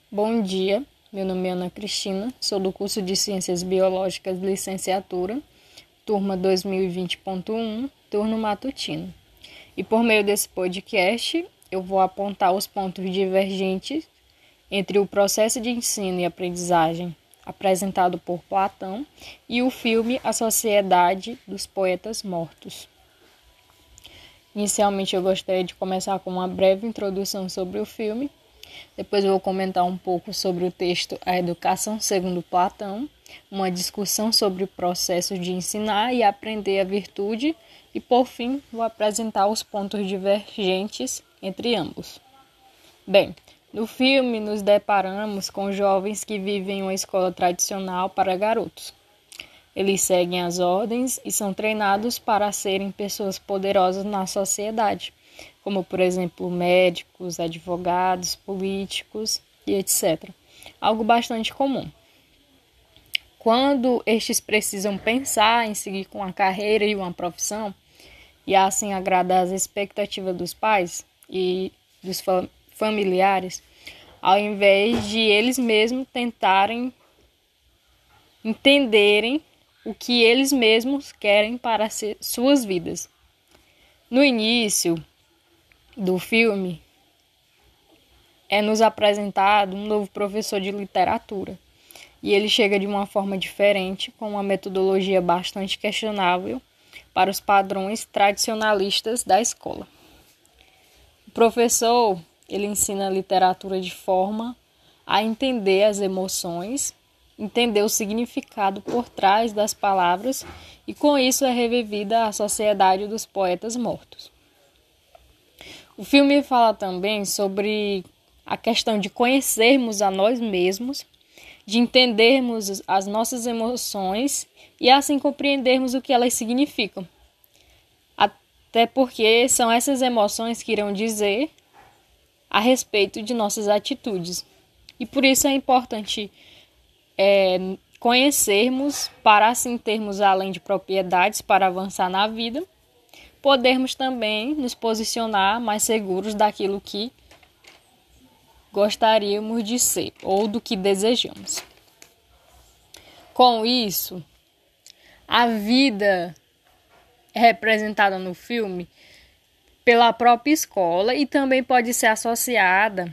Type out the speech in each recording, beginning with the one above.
Bom dia, meu nome é Ana Cristina, sou do curso de Ciências Biológicas Licenciatura, turma 2020.1, turno matutino. E por meio desse podcast, eu vou apontar os pontos divergentes entre o processo de ensino e aprendizagem apresentado por Platão e o filme A Sociedade dos Poetas Mortos. Inicialmente, eu gostaria de começar com uma breve introdução sobre o filme. Depois eu vou comentar um pouco sobre o texto A Educação segundo Platão, uma discussão sobre o processo de ensinar e aprender a virtude e, por fim, vou apresentar os pontos divergentes entre ambos. Bem, no filme nos deparamos com jovens que vivem em uma escola tradicional para garotos. Eles seguem as ordens e são treinados para serem pessoas poderosas na sociedade, como, por exemplo, médicos, advogados, políticos e etc. Algo bastante comum. Quando estes precisam pensar em seguir com uma carreira e uma profissão, e assim agradar as expectativas dos pais e dos familiares, ao invés de eles mesmos tentarem entenderem o que eles mesmos querem para suas vidas. No início do filme, é-nos apresentado um novo professor de literatura, e ele chega de uma forma diferente, com uma metodologia bastante questionável para os padrões tradicionalistas da escola. O professor, ele ensina a literatura de forma a entender as emoções, entender o significado por trás das palavras, e com isso é revivida a sociedade dos poetas mortos. O filme fala também sobre a questão de conhecermos a nós mesmos, de entendermos as nossas emoções e assim compreendermos o que elas significam. Até porque são essas emoções que irão dizer a respeito de nossas atitudes. E por isso é importante conhecermos para assim termos, além de propriedades para avançar na vida, podermos também nos posicionar mais seguros daquilo que gostaríamos de ser ou do que desejamos. Com isso, a vida é representada no filme pela própria escola e também pode ser associada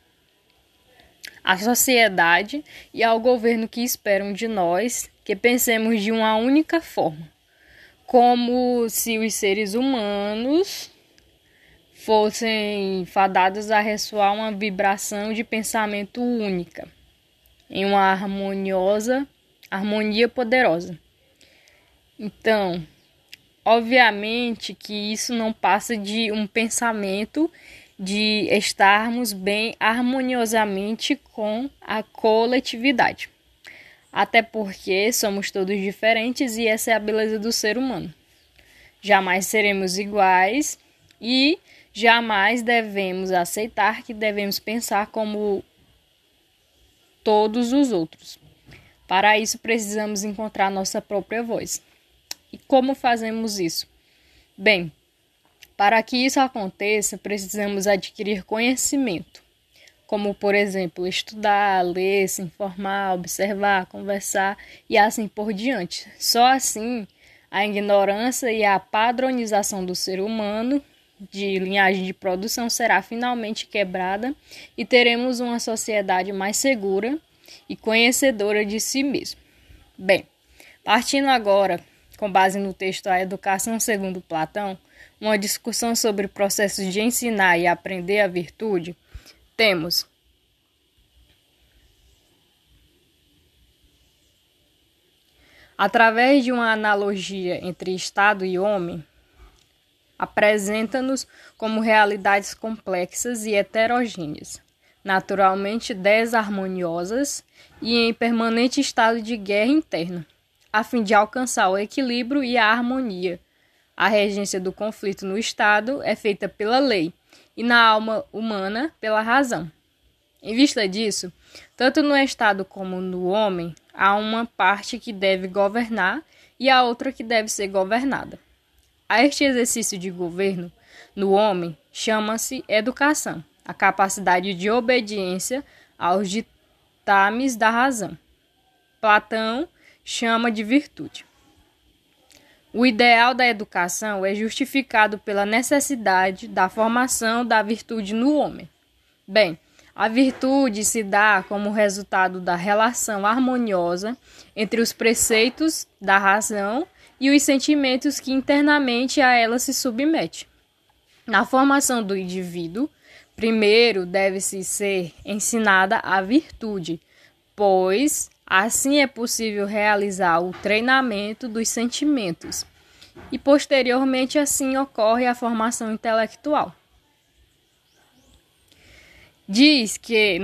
à sociedade e ao governo que esperam de nós que pensemos de uma única forma, como se os seres humanos fossem fadados a ressoar uma vibração de pensamento única, em uma harmonia poderosa. Então, obviamente que isso não passa de um pensamento de estarmos bem harmoniosamente com a coletividade. Até porque somos todos diferentes e essa é a beleza do ser humano. Jamais seremos iguais e jamais devemos aceitar que devemos pensar como todos os outros. Para isso, precisamos encontrar nossa própria voz. E como fazemos isso? Bem, para que isso aconteça, precisamos adquirir conhecimento, como, por exemplo, estudar, ler, se informar, observar, conversar e assim por diante. Só assim, a ignorância e a padronização do ser humano de linhagem de produção será finalmente quebrada e teremos uma sociedade mais segura e conhecedora de si mesma. Bem, partindo agora, com base no texto A Educação segundo Platão, uma discussão sobre processos de ensinar e aprender a virtude, temos através de uma analogia entre Estado e homem, apresenta-nos como realidades complexas e heterogêneas, naturalmente desarmoniosas e em permanente estado de guerra interna, a fim de alcançar o equilíbrio e a harmonia. A regência do conflito no Estado é feita pela lei e na alma humana pela razão. Em vista disso, tanto no Estado como no homem, há uma parte que deve governar e a outra que deve ser governada. A este exercício de governo no homem chama-se educação, a capacidade de obediência aos ditames da razão. Platão chama de virtude. O ideal da educação é justificado pela necessidade da formação da virtude no homem. Bem, a virtude se dá como resultado da relação harmoniosa entre os preceitos da razão e os sentimentos que internamente a ela se submete. Na formação do indivíduo, primeiro deve-se ser ensinada a virtude, pois assim é possível realizar o treinamento dos sentimentos e posteriormente assim ocorre a formação intelectual. Diz que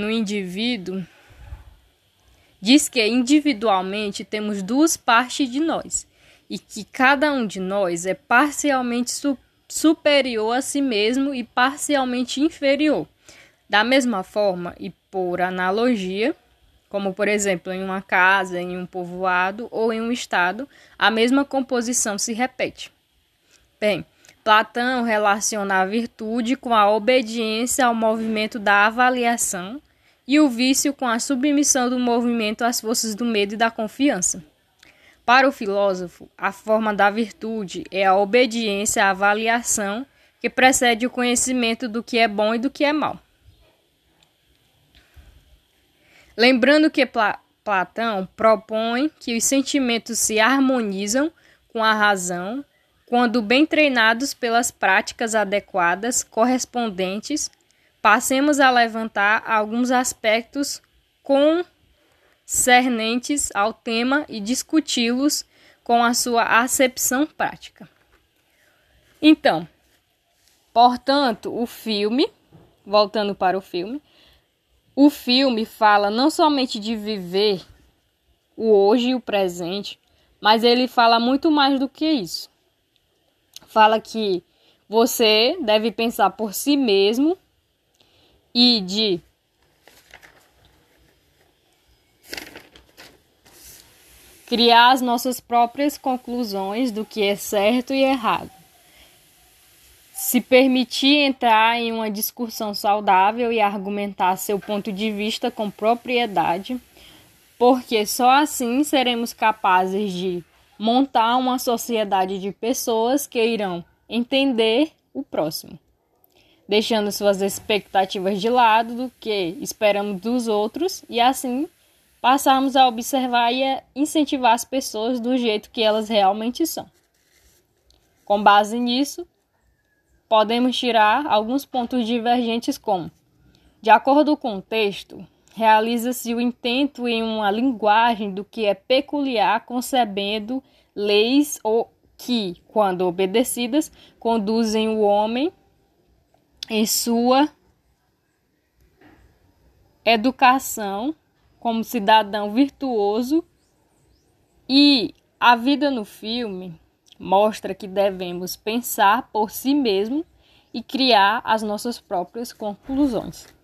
individualmente temos duas partes de nós e que cada um de nós é parcialmente superior a si mesmo e parcialmente inferior. Da mesma forma e por analogia, como por exemplo em uma casa, em um povoado ou em um estado, a mesma composição se repete. Bem, Platão relaciona a virtude com a obediência ao movimento da avaliação e o vício com a submissão do movimento às forças do medo e da confiança. Para o filósofo, a forma da virtude é a obediência à avaliação que precede o conhecimento do que é bom e do que é mal. Lembrando que Platão propõe que os sentimentos se harmonizam com a razão quando bem treinados pelas práticas adequadas correspondentes, passemos a levantar alguns aspectos concernentes ao tema e discuti-los com a sua acepção prática. Então, portanto, voltando para o filme fala não somente de viver o hoje e o presente, mas ele fala muito mais do que isso. Fala que você deve pensar por si mesmo e de criar as nossas próprias conclusões do que é certo e errado. Se permitir entrar em uma discussão saudável e argumentar seu ponto de vista com propriedade, porque só assim seremos capazes de montar uma sociedade de pessoas que irão entender o próximo, deixando suas expectativas de lado do que esperamos dos outros e assim passarmos a observar e a incentivar as pessoas do jeito que elas realmente são. Com base nisso, podemos tirar alguns pontos divergentes como, de acordo com o texto, realiza-se o intento em uma linguagem do que é peculiar, concebendo leis que, quando obedecidas, conduzem o homem em sua educação como cidadão virtuoso, e a vida no filme mostra que devemos pensar por si mesmo e criar as nossas próprias conclusões.